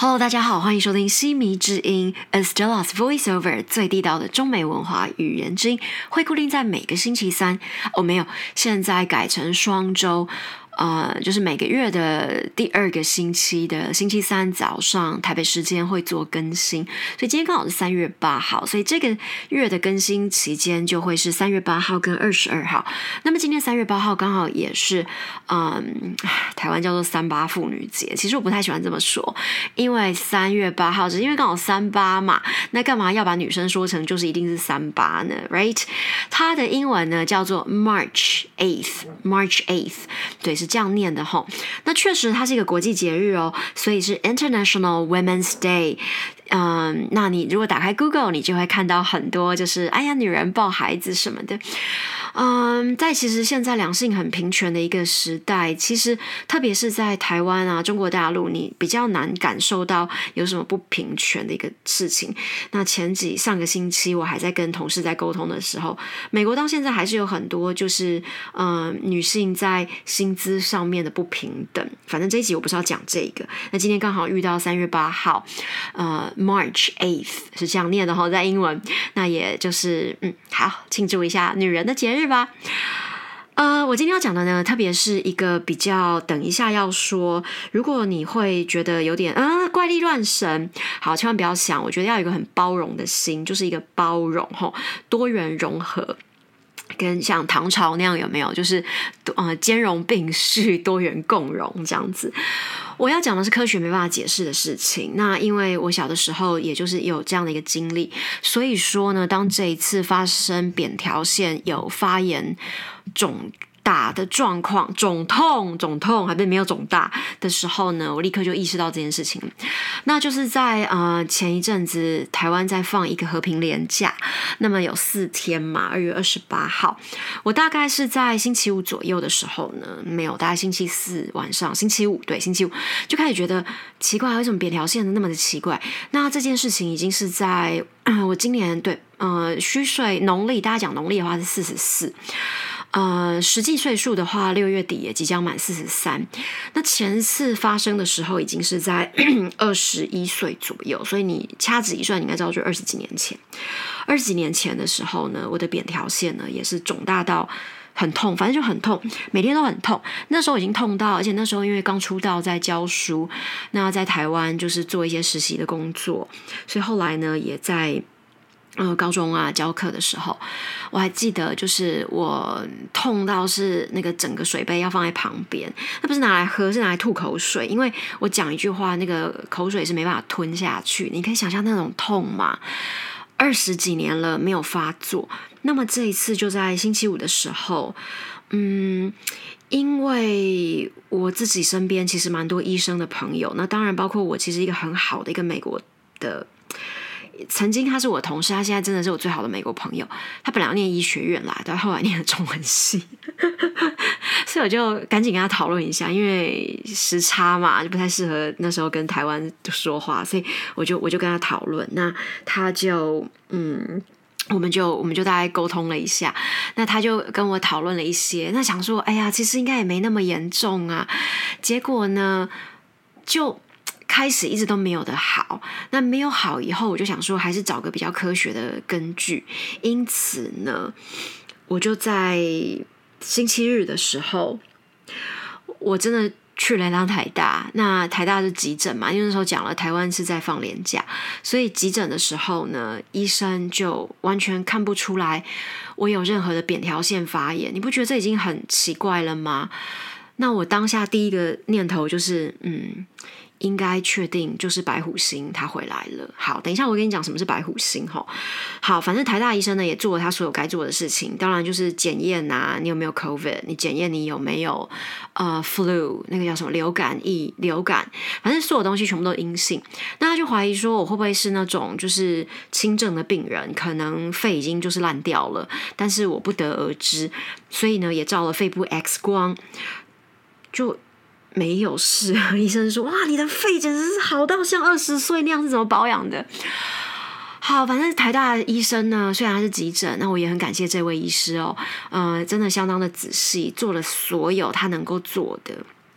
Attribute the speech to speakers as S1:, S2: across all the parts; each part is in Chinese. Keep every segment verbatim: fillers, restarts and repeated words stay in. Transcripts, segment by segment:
S1: Hello， 大家好，欢迎收听西迷之音 Estella's Voiceover 最地道的中美文化语言之音，会固定在每个星期三哦，没有，现在改成双周。呃，就是每个月的第二个星期的星期三早上台北时间会做更新，所以今天刚好是三月八号，所以这个月的更新期间就会是三月八号跟二十二号。那么今天三月八号刚好也是嗯，台湾叫做三八妇女节，其实我不太喜欢这么说，因为三月八号只是因为刚好三八嘛，那干嘛要把女生说成就是一定是三八呢 ？Right？ 它的英文呢叫做 March eighth March eighth， 对。是这样念的齁，那确实它是一个国际节日哦，所以是 International Women's Day。嗯，那你如果打开 Google， 你就会看到很多就是哎呀，女人抱孩子什么的。嗯，在其实现在两性很平权的一个时代，其实特别是在台湾啊、中国大陆，你比较难感受到有什么不平权的一个事情。那前几上个星期我还在跟同事在沟通的时候，美国到现在还是有很多就是嗯女性在薪资上面的不平等。反正这一集我不是要讲这个，那今天刚好遇到三月八号，呃 March eighth 是这样念的齁，在英文，那也就是嗯好庆祝一下女人的节日吧。呃，我今天要讲的呢，特别是一个比较，等一下要说，如果你会觉得有点啊怪力乱神，好，千万不要想，我觉得要有一个很包容的心，就是一个包容齁，多元融合。跟像唐朝那样有没有，就是呃兼容并蓄、多元共融这样子。我要讲的是科学没办法解释的事情。那因为我小的时候也就是有这样的一个经历，所以说呢，当这一次发生扁桃腺有发炎肿大的状况，肿痛肿痛还不是没有肿大的时候呢，我立刻就意识到这件事情。那就是在呃前一阵子台湾在放一个和平连假，那么有四天嘛，二月二十八号，我大概是在星期五左右的时候呢，没有，大概星期四晚上，星期五对星期五就开始觉得奇怪，为什么扁桃腺那么的奇怪？那这件事情已经是在、呃、我今年对呃虚岁农历，大家讲农历的话是四十四。呃，实际岁数的话，六月底也即将满四十三。那前次发生的时候，已经是在二十一岁左右，所以你掐指一算，你应该知道，就二十几年前。二十几年前的时候呢，我的扁桃腺呢也是肿大到很痛，反正就很痛，每天都很痛。那时候已经痛到，而且那时候因为刚出道在教书，那在台湾就是做一些实习的工作，所以后来呢也在。呃，高中啊教课的时候，我还记得，就是我痛到是那个整个水杯要放在旁边，那不是拿来喝，是拿来吐口水，因为我讲一句话，那个口水是没办法吞下去，你可以想象那种痛吗？二十几年了没有发作，那么这一次就在星期五的时候，嗯。因为我自己身边其实蛮多医生的朋友，那当然包括我其实一个很好的一个美国的。曾经他是我同事，他现在真的是我最好的美国朋友。他本来要念医学院啦，但后来念了中文系，所以我就赶紧跟他讨论一下，因为时差嘛，就不太适合那时候跟台湾说话，所以我就我就跟他讨论。那他就嗯。我们就我们就大概沟通了一下，那他就跟我讨论了一些，那想说，哎呀，其实应该也没那么严重啊。结果呢，就开始一直都没有的好，那没有好以后，我就想说，还是找个比较科学的根据。因此呢，我就在星期日的时候，我真的去了一趟台大。那台大是急诊嘛，因为那时候讲了台湾是在放连假，所以急诊的时候呢，医生就完全看不出来我有任何的扁桃腺发炎。你不觉得这已经很奇怪了吗？那我当下第一个念头就是嗯应该确定就是白虎星他回来了。好，等一下我跟你讲什么是白虎星齁。好，反正台大医生呢也做了他所有该做的事情，当然就是检验啊，你有没有 COVID， 你检验你有没有呃 flu 那个叫什么流感疫流感，反正所有东西全部都阴性。那他就怀疑说我会不会是那种就是轻症的病人，可能肺已经就是烂掉了，但是我不得而知，所以呢也照了肺部 X 光，就没有事。医生说哇，你的肺简直是好到像二十岁那样，是怎么保养的？好，反正台大的医生呢，虽然他是急诊，那我也很感谢这位医师哦，呃，真的相当的仔细，做了所有他能够做的。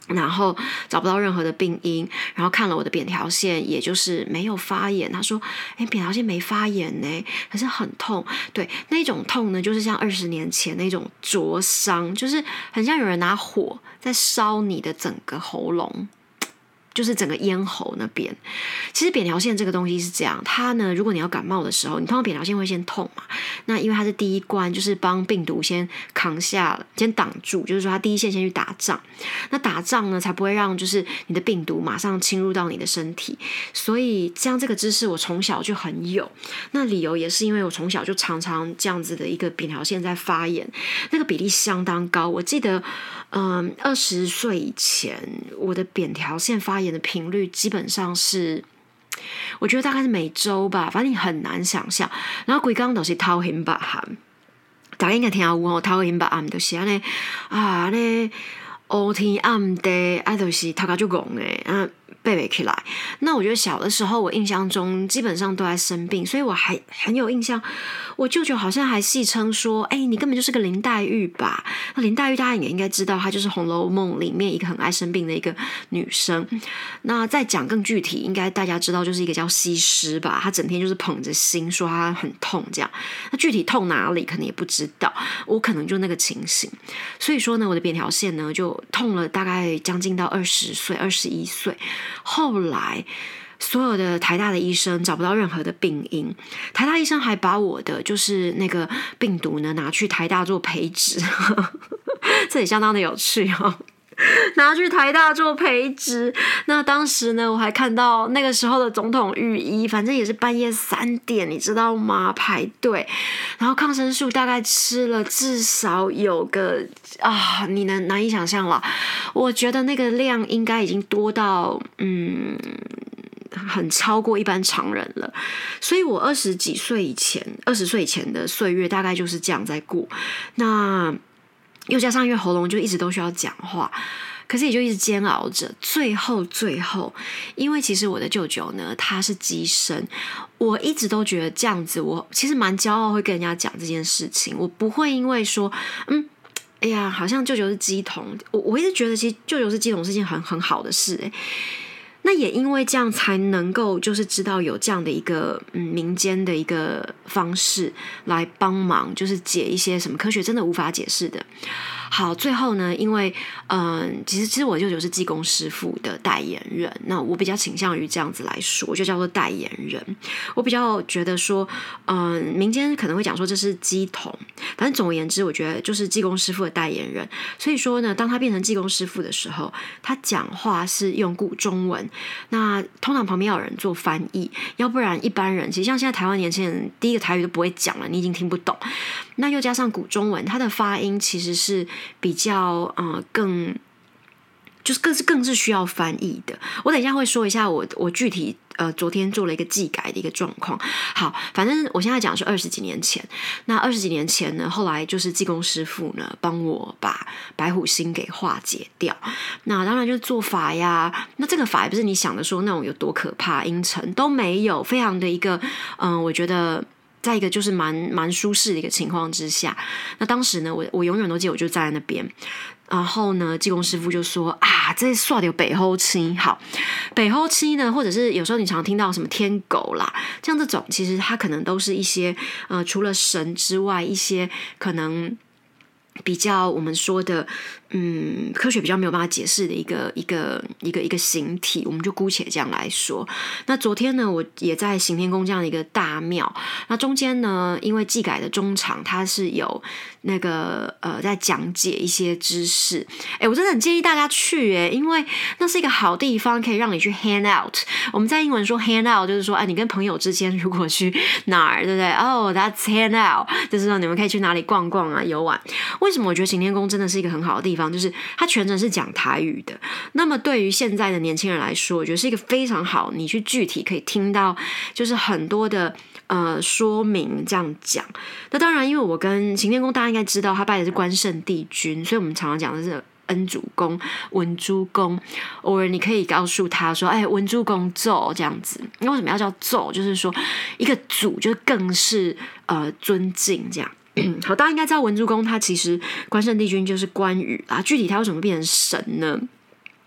S1: 然后找不到任何的病因，然后看了我的扁桃腺，也就是没有发炎。他说：“哎，扁桃腺没发炎呢，可是很痛。”对，那种痛呢，就是像二十年前那种灼伤，就是很像有人拿火在烧你的整个喉咙。就是整个咽喉那边，其实扁桃腺这个东西是这样，它呢，如果你要感冒的时候，你通常扁桃腺会先痛嘛，那因为它是第一关，就是帮病毒先扛下，先挡住，就是说它第一线先去打仗，那打仗呢才不会让就是你的病毒马上侵入到你的身体，所以像这个知识我从小就很有，那理由也是因为我从小就常常这样子的一个扁桃腺在发炎，那个比例相当高，我记得，嗯，二十岁以前我的扁桃腺发炎的频率基本上是，我觉得大概是每周吧，反正你很难想象。然后规工都是头晕目寒，大家应该听有哦，头晕目寒就是安尼啊，安尼乌天暗地，啊，就是头壳就戆诶，啊，背不起来。那我觉得小的时候，我印象中基本上都在生病，所以我还很有印象。我舅舅好像还戏称说：“哎、欸，你根本就是个林黛玉吧？”那林黛玉大家也应该知道，她就是《红楼梦》里面一个很爱生病的一个女生。那再讲更具体，应该大家知道，就是一个叫西施吧，她整天就是捧着心说她很痛这样。那具体痛哪里，可能也不知道。我可能就那个情形，所以说呢，我的扁桃腺呢就痛了大概将近到二十岁、二十一岁。后来所有的台大的医生找不到任何的病因，台大医生还把我的就是那个病毒呢拿去台大做培植，这也相当的有趣哦。拿去台大做培植，那当时呢，我还看到那个时候的总统御医，反正也是半夜三点，你知道吗？排队，然后抗生素大概吃了至少有个啊，你能难以想象了。我觉得那个量应该已经多到嗯。很超过一般常人了，所以我二十几岁以前，二十岁以前的岁月大概就是这样在过。那又加上因为喉咙就一直都需要讲话，可是也就一直煎熬着。最后，最后，因为其实我的舅舅呢，他是机生，我一直都觉得这样子，我其实蛮骄傲，会跟人家讲这件事情。我不会因为说，嗯，哎呀，好像舅舅是乩童，我我一直觉得其实舅舅是乩童是件很很好的事、欸，哎。那也因为这样才能够就是知道有这样的一个嗯民间的一个方式来帮忙，就是解一些什么科学真的无法解释的。好，最后呢，因为嗯，其实其实我舅舅是济公师傅的代言人，那我比较倾向于这样子来说，我就叫做代言人。我比较觉得说，嗯，民间可能会讲说这是乩童，反正总而言之，我觉得就是济公师傅的代言人。所以说呢，当他变成济公师傅的时候，他讲话是用古中文，那通常旁边要有人做翻译，要不然一般人其实像现在台湾年轻人第一个台语都不会讲了，你已经听不懂。那又加上古中文，它的发音其实是比较呃更就是更是更是需要翻译的。我等一下会说一下我我具体呃昨天做了一个技改的一个状况。好，反正我现在讲的是二十几年前。那二十几年前呢，后来就是济公师傅呢帮我把白虎星给化解掉。那当然就是做法呀，那这个法也不是你想的说那种有多可怕阴沉都没有，非常的一个嗯、呃，我觉得。在一个就是蛮蛮舒适的一个情况之下，那当时呢，我我永远都记得，我就站在那边，然后呢，济公师傅就说啊，这刷掉北后期，好，北后期呢，或者是有时候你常听到什么天狗啦，像这种，其实它可能都是一些呃，除了神之外，一些可能比较我们说的。嗯，科学比较没有办法解释的一个一个一个一个形体，我们就姑且这样来说。那昨天呢，我也在行天宫这样的一个大庙，那中间呢，因为技改的中场，它是有那个呃在讲解一些知识。哎，我真的很建议大家去哎，因为那是一个好地方，可以让你去 hang out。我们在英文说 hang out， 就是说，哎，你跟朋友之间如果去哪儿，对不对？哦、oh, ，that's hang out， 就是说你们可以去哪里逛逛啊，游玩。为什么我觉得行天宫真的是一个很好的地方？就是它全程是讲台语的，那么对于现在的年轻人来说，我觉得是一个非常好，你去具体可以听到，就是很多的呃说明这样讲。那当然，因为我跟行天宫大家应该知道，他拜的是关圣帝君，所以我们常常讲的是恩主公、文殊公，偶尔你可以告诉他说：“哎，文殊公咒这样子。”那为什么要叫咒？就是说一个主，就是更是呃尊敬这样。好，大家应该知道文殊公他其实关圣帝君就是关羽啦。具体他为什么变成神呢？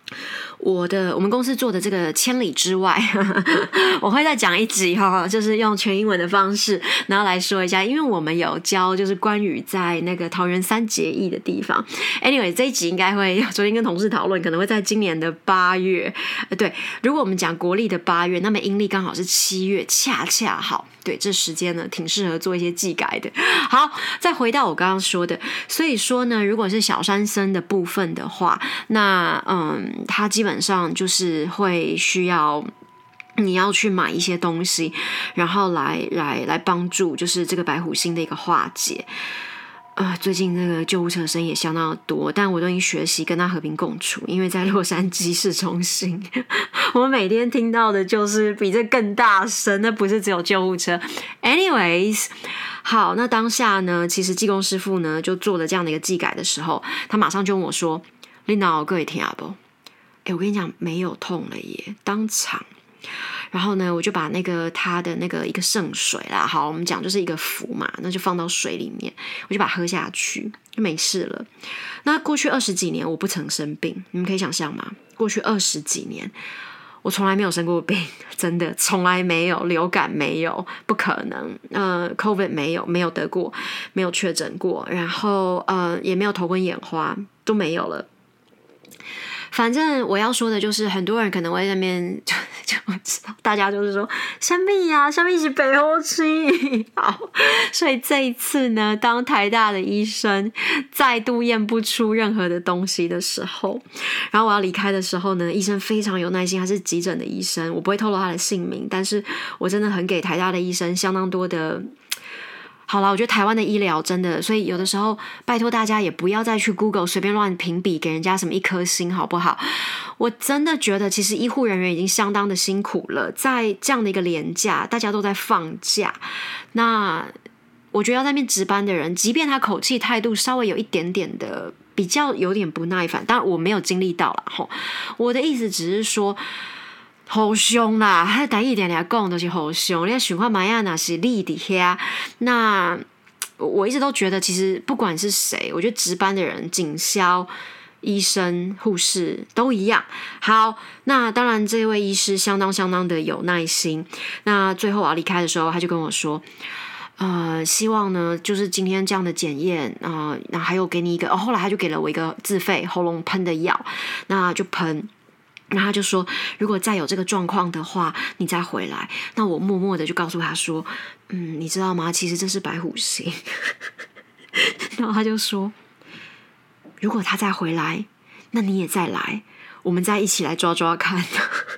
S1: 我的我们公司做的这个千里之外我会再讲一集哈，就是用全英文的方式然后来说一下，因为我们有教就是关于在那个桃园三结义的地方。 anyway 这一集应该会昨天跟同事讨论，可能会在今年的八月，呃对，如果我们讲国历的八月，那么阴历刚好是七月，恰恰好，对，这时间呢挺适合做一些技改的。好，再回到我刚刚说的，所以说呢，如果是小山僧的部分的话，那嗯，它基本上就是会需要你要去买一些东西，然后来来来帮助就是这个白虎星的一个化解。呃，最近那个救护车声也相当的多，但我都已经学习跟他和平共处，因为在洛杉矶市中心我每天听到的就是比这更大声，那不是只有救护车。 anyways， 好，那当下呢，其实技工师傅呢就做了这样的一个技改的时候，他马上就问我说，你哪有各位听啊不？哎，我跟你讲，没有痛了耶，当场。然后呢，我就把那个他的那个一个圣水啦，好，我们讲就是一个符嘛，那就放到水里面，我就把它喝下去，就没事了。那过去二十几年我不曾生病，你们可以想象吗？过去二十几年我从来没有生过病，真的从来没有，流感没有，不可能，呃 ，COVID 没有，没有得过，没有确诊过，然后呃也没有头昏眼花，都没有了。反正我要说的就是，很多人可能会在那边就就知道，大家就是说生病呀，生病是北欧期。好，所以这一次呢，当台大的医生再度验不出任何的东西的时候，然后我要离开的时候呢，医生非常有耐心，他是急诊的医生，我不会透露他的姓名，但是我真的很给台大的医生相当多的。好啦，我觉得台湾的医疗真的，所以有的时候拜托大家也不要再去 Google 随便乱评比，给人家什么一颗星，好不好？我真的觉得其实医护人员已经相当的辛苦了，在这样的一个连假，大家都在放假，那我觉得要在那边值班的人，即便他口气态度稍微有一点点的比较有点不耐烦，当然我没有经历到啦齁，我的意思只是说好凶啦，他台语点点讲都是好凶。你想看玛雅那是你底下，那我一直都觉得，其实不管是谁，我觉得值班的人、警消、医生、护士都一样。好，那当然这位医师相当相当的有耐心。那最后我要离开的时候，他就跟我说。呃，希望呢，就是今天这样的检验啊，那、呃、还有给你一个、哦，后来他就给了我一个自费喉咙喷的药，那就喷。然后他就说，如果再有这个状况的话，你再回来。那我默默的就告诉他说，嗯，你知道吗？其实这是白虎星。然后他就说，如果他再回来，那你也再来，我们再一起来抓抓看。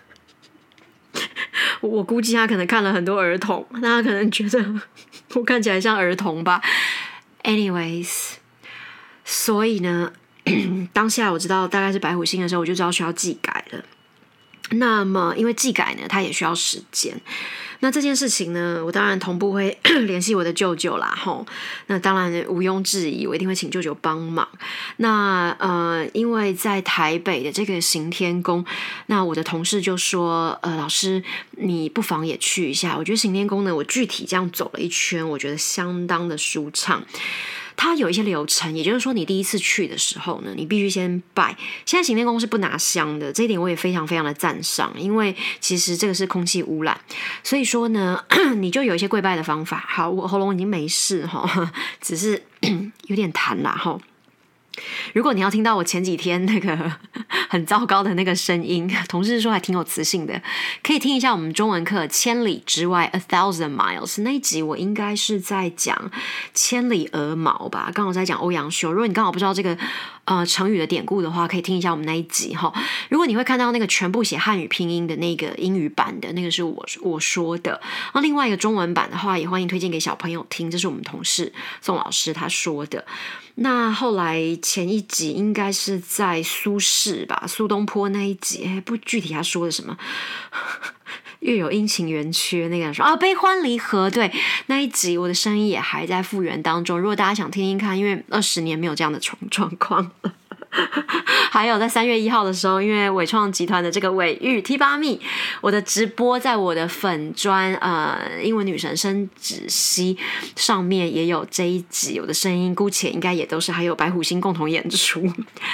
S1: 我估计他可能看了很多儿童，那他可能觉得我看起来像儿童吧。Anyways， 所以呢。当下我知道大概是白虎星的时候，我就知道需要技改了。那么因为技改呢，它也需要时间。那这件事情呢，我当然同步会联系我的舅舅啦，吼。那当然毋庸置疑，我一定会请舅舅帮忙。那呃，因为在台北的这个行天宫，那我的同事就说，呃，老师你不妨也去一下。我觉得行天宫呢，我具体这样走了一圈，我觉得相当的舒畅。它有一些流程，也就是说你第一次去的时候呢，你必须先拜。现在行天宫是不拿香的，这一点我也非常非常的赞赏，因为其实这个是空气污染，所以说呢你就有一些跪拜的方法。好，我喉咙已经没事齁，只是有点痰啦齁。如果你要听到我前几天那个很糟糕的那个声音，同事说还挺有磁性的，可以听一下我们中文课千里之外 A Thousand Miles 那一集，我应该是在讲千里鹅毛吧，刚好在讲欧阳修。如果你刚好不知道这个呃成语的典故的话，可以听一下我们那一集齁。如果你会看到那个全部写汉语拼音的那个英语版的那个是我我说的，那另外一个中文版的话也欢迎推荐给小朋友听，这是我们同事宋老师他说的。那后来前一集应该是在苏轼吧，苏东坡那一集，不具体他说的什么，月有阴晴圆缺，那个人说啊，悲欢离合，对，那一集我的声音也还在复原当中，如果大家想听听看，因为二十年没有这样的状况了。还有在三月一号的时候，因为伟创集团的这个伟玉 T 八 蜜，我的直播在我的粉专呃英文女神申芷溪上面也有这一集，我的声音姑且应该也都是还有白虎星共同演出。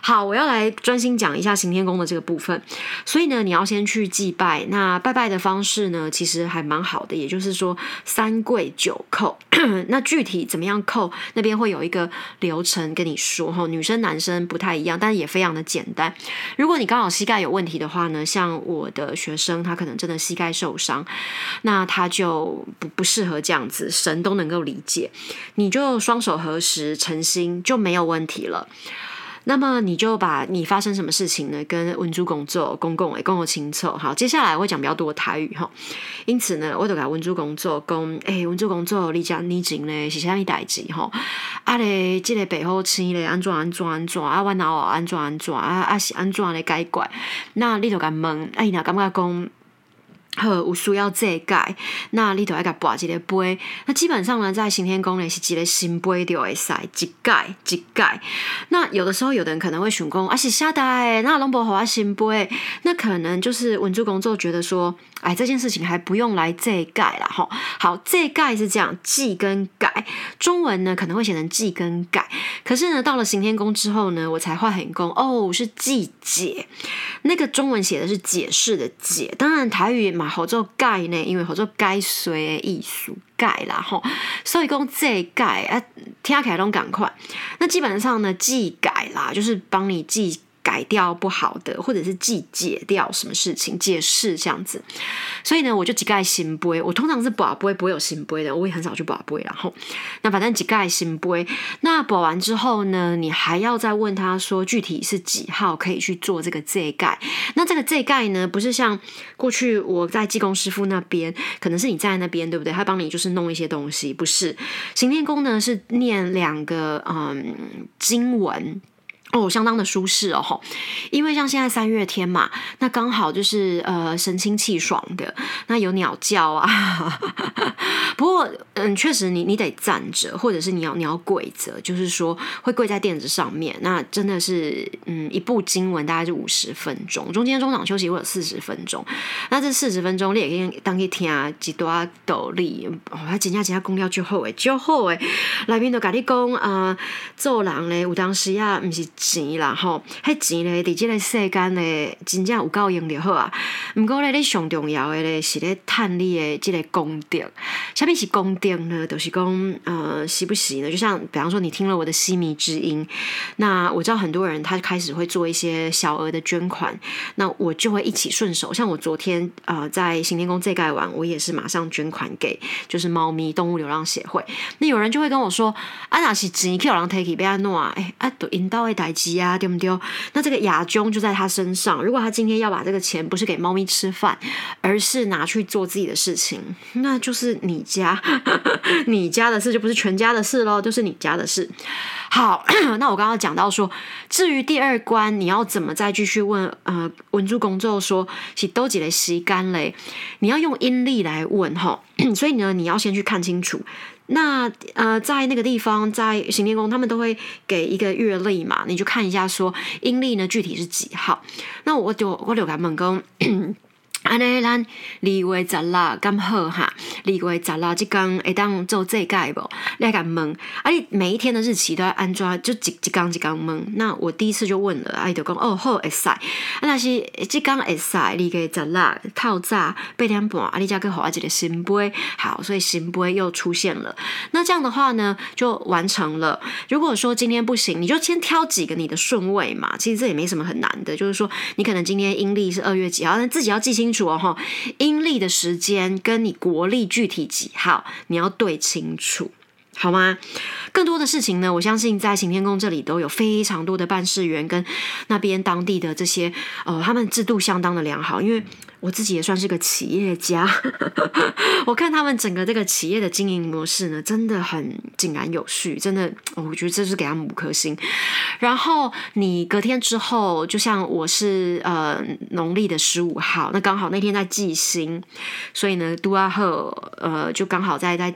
S1: 好，我要来专心讲一下行天宫的这个部分。所以呢，你要先去祭拜。那拜拜的方式呢，其实还蛮好的，也就是说三跪九叩。那具体怎么样叩，那边会有一个流程跟你说哈。女生男生不太一样，但是也非常的简单。如果你刚好膝盖有问题的话呢，像我的学生，他可能真的膝盖受伤，那他就不不适合这样子，神都能够理解。你就双手合十诚心就没有问题了。那么你就把你发生什么事情呢，跟文主公做公公诶公公清楚。好，接下来我会讲比较多的台语哈，因此呢，我就给文主公做讲，诶，文主公做你讲你前呢是啥物代志哈？啊咧，这个背后青咧安怎安怎安怎啊？我脑安怎安怎啊？啊是安怎咧解决？那你就甲问，啊伊若感觉讲。好，有需要这改，那你就要给它拔一个杯。那基本上呢，在行天宫呢是一个新杯就会使一改一改。那有的时候，有的人可能会想讲，啊是下代，那拢无给我新杯，那可能就是文殊公就觉得说，哎，这件事情还不用来这改啦哈。好，这改是这样，记跟改，中文呢可能会写成记跟改，可是呢，到了行天宫之后呢，我才会很公哦，是记解，那个中文写的是解释的解，当然台语嘛。好做改呢，因为好做改随的艺术改啦吼，所以讲这改啊，听起来都赶快。那基本上呢，记改啦，就是帮你记改掉不好的，或者是记解掉什么事情，解释这样子。所以呢，我就几盖新杯，我通常是拔杯不会有新杯的，我也很少去拔杯啦吼。那反正几盖新杯，那拔完之后呢，你还要再问他说具体是几号可以去做这个这盖。那这个这盖呢，不是像过去我在济公师傅那边，可能是你在那边对不对？他帮你就是弄一些东西，不是。行天宫呢是念两个嗯经文。哦，相当的舒适哦，因为像现在三月天嘛，那刚好就是呃神清气爽的，那有鸟叫啊。不过嗯，确实你你得站着，或者是你要你要跪着，就是说会跪在垫子上面。那真的是嗯一部经文大概是五十分钟，中间中场休息会有四十分钟。那这四十分钟你也可以当去听几段道理，哦，还真正真正讲了就好诶，就好诶。内面就甲你讲啊，做人咧有当时啊，不是。钱啦吼，迄钱咧，伫即个世间咧，真正有够用就好啊。毋过咧，你上重要的咧是咧趁你的即个功德。啥物是功德呢？就是讲，呃，时不时呢，就像比方说，你听了我的西迷之音，那我知道很多人他开始会做一些小额的捐款，那我就会一起顺手。像我昨天呃在行天宫这盖完，我也是马上捐款给就是猫咪动物流浪协会。那有人就会跟我说，啊，若是钱去有人 take 要安怎？哎，啊，都引导的代志啊，对不对？那这个亚中就在他身上。如果他今天要把这个钱不是给猫咪吃饭，而是拿去做自己的事情，那就是你家你家的事，就不是全家的事咯，就是你家的事。好，那我刚刚讲到说，至于第二关你要怎么再继续问呃文殊公咒说是多几个时间嘞？你要用阴历来问哈，所以呢你要先去看清楚。那呃，在那个地方，在行天宫，他们都会给一个月历嘛，你就看一下说阴历呢具体是几号。那我就我就甲问讲。安尼咱二月十六刚好哈，二月十六这天会当做这届无？你来甲问，啊你每一天的日期都要按照就一一天一天问。那我第一次就问了，啊伊就讲哦好会使，啊若是这天会使，二月十六透早八点半，啊你再去给我一个新杯，好，所以新杯又出现了。那这样的话呢，就完成了。如果说今天不行，你就先挑几个你的顺位嘛，其实这也没什么很难的，就是说你可能今天阴历是二月几号，但自己要记清楚。哦，阴历的时间跟你国历具体几号，你要对清楚，好吗？更多的事情呢，我相信在行天宫这里都有非常多的办事员跟那边当地的这些呃，他们制度相当的良好，因为我自己也算是个企业家，我看他们整个这个企业的经营模式呢，真的很井然有序，真的，我觉得这是给他们五颗星。然后你隔天之后，就像我是呃农历的十五号，那刚好那天在祭星，所以呢，都阿赫呃就刚好在在在。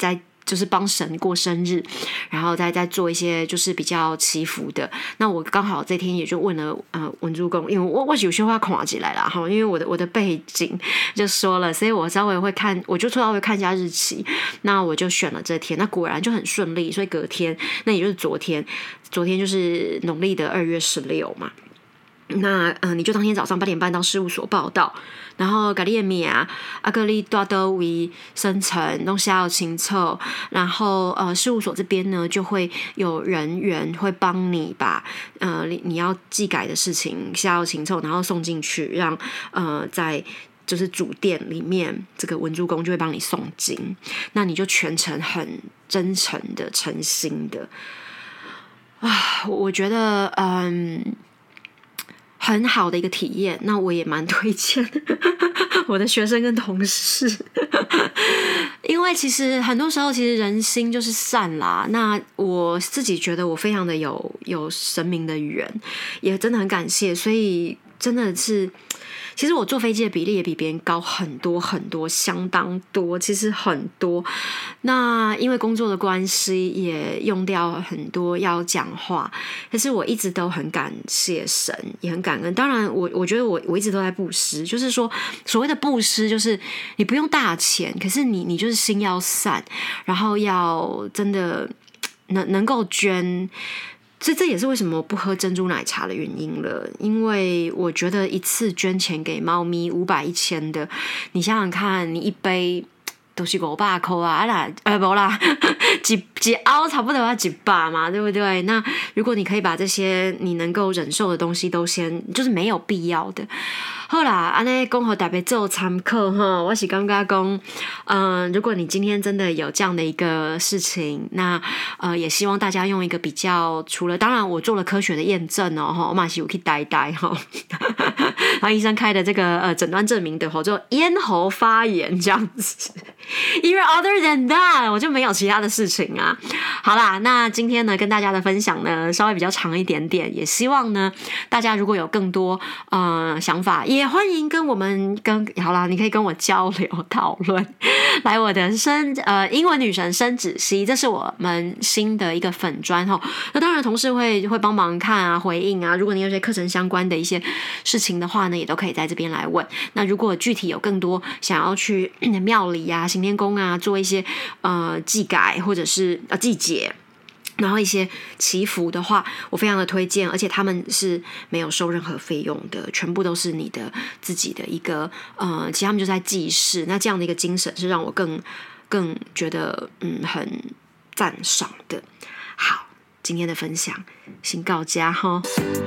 S1: 就是帮神过生日，然后再再做一些就是比较祈福的。那我刚好这天也就问了呃文珠公，因为我我有些话看起来啦哈，因为我的我的背景就说了，所以我稍微会看，我就稍微看一下日期，那我就选了这天，那果然就很顺利，所以隔天，那也就是昨天，昨天就是农历的二月十六嘛。那呃，你就当天早上八点半到事务所报到，然后把你的名啊、啊个你大都位、生辰都写好清楚，然后呃，事务所这边呢就会有人员会帮你把呃你要寄改的事情写好清楚，然后送进去，让呃在就是主店里面这个文珠公就会帮你诵经，那你就全程很真诚的、诚心的啊，我觉得嗯。很好的一个体验，那我也蛮推荐我的学生跟同事因为其实很多时候其实人心就是善啦，那我自己觉得我非常的有有神明的缘，也真的很感谢，所以真的是其实我坐飞机的比例也比别人高很多很多，相当多，其实很多。那因为工作的关系，也用掉很多要讲话，可是我一直都很感谢神，也很感恩。当然我，我觉得我我一直都在布施，就是说所谓的布施，就是你不用大钱，可是你你就是心要善，然后要真的能能够捐。所以这也是为什么我不喝珍珠奶茶的原因了，因为我觉得一次捐钱给猫咪五百一千的，你想想看，你一杯都是五百块啊，啊啦，呃不啦，几几凹差不多要几百嘛，对不对？那如果你可以把这些你能够忍受的东西都先，就是没有必要的。好啦，这样讲给大家做参考哈，我是感觉讲，嗯，如果你今天真的有这样的一个事情，那呃，也希望大家用一个比较，除了当然我做了科学的验证哦，哈，我马上有去呆呆哈，然后医生开的这个呃诊断证明的，吼，就咽喉发炎这样子。因为 other than that， 我就没有其他的事情啊。好啦，那今天呢跟大家的分享呢稍微比较长一点点，也希望呢大家如果有更多呃想法，也欢迎跟我们跟好啦，你可以跟我交流讨论。来我的生呃英文女神申芷溪，这是我们新的一个粉专哈。那当然同事会会帮忙看啊回应啊，如果你有些课程相关的一些事情的话呢，也都可以在这边来问。那如果具体有更多想要去庙里啊、行天宫啊做一些呃祭改或者是呃祭解，然后一些祈福的话，我非常的推荐，而且他们是没有收任何费用的，全部都是你的自己的一个呃，其实他们就在祭祀，那这样的一个精神是让我更更觉得嗯很赞赏的。好，今天的分享先告家哈。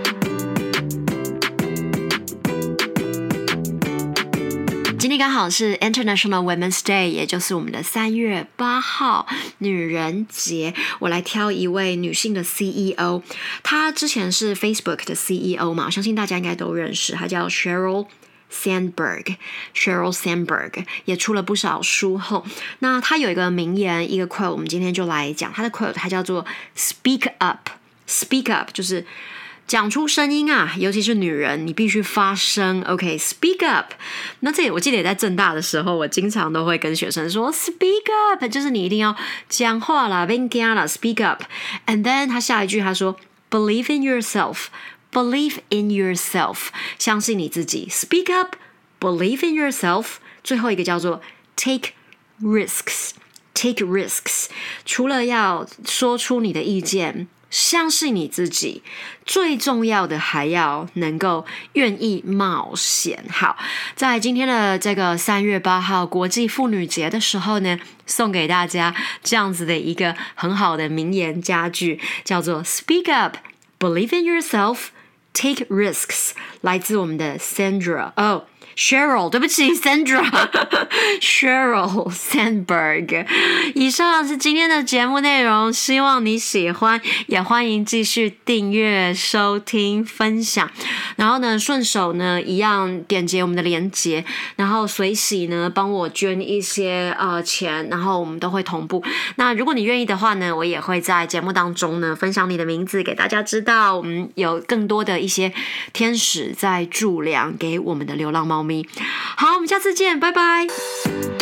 S1: 今天刚好是 International Women's Day， 也就是我们的三月八号女人节。我来挑一位女性的 C E O， 她之前是 Facebook 的 C E O 嘛，我相信大家应该都认识，她叫 Sheryl Sandberg Sheryl Sandberg 也出了不少书后，那她有一个名言，一个 quote， 我们今天就来讲她的 quote， 它叫做 Speak Up Speak Up 就是讲出声音啊，尤其是女人，你必须发声 OK speak up。 那这也我记得也在政大的时候，我经常都会跟学生说 speak up， 就是你一定要讲话啦，别怕啦 speak up。 And then 他下一句他说 believe in yourself believe in yourself， 相信你自己 speak up believe in yourself。 最后一个叫做 take risks take risks， 除了要说出你的意见，相信你自己，最重要的还要能够愿意冒险。好，在今天的这个三月八号国际妇女节的时候呢，送给大家这样子的一个很好的名言佳句，叫做 Speak up, believe in yourself, take risks， 来自我们的 Sandra 哦。Sheryl， 对不起 Sandra Sheryl Sandberg。 以上是今天的节目内容，希望你喜欢，也欢迎继续订阅收听分享，然后呢顺手呢一样点击我们的连结，然后随喜呢帮我捐一些呃钱，然后我们都会同步。那如果你愿意的话呢，我也会在节目当中呢分享你的名字给大家知道，我们有更多的一些天使在助粮给我们的流浪猫咪。好，我们下次见，拜拜。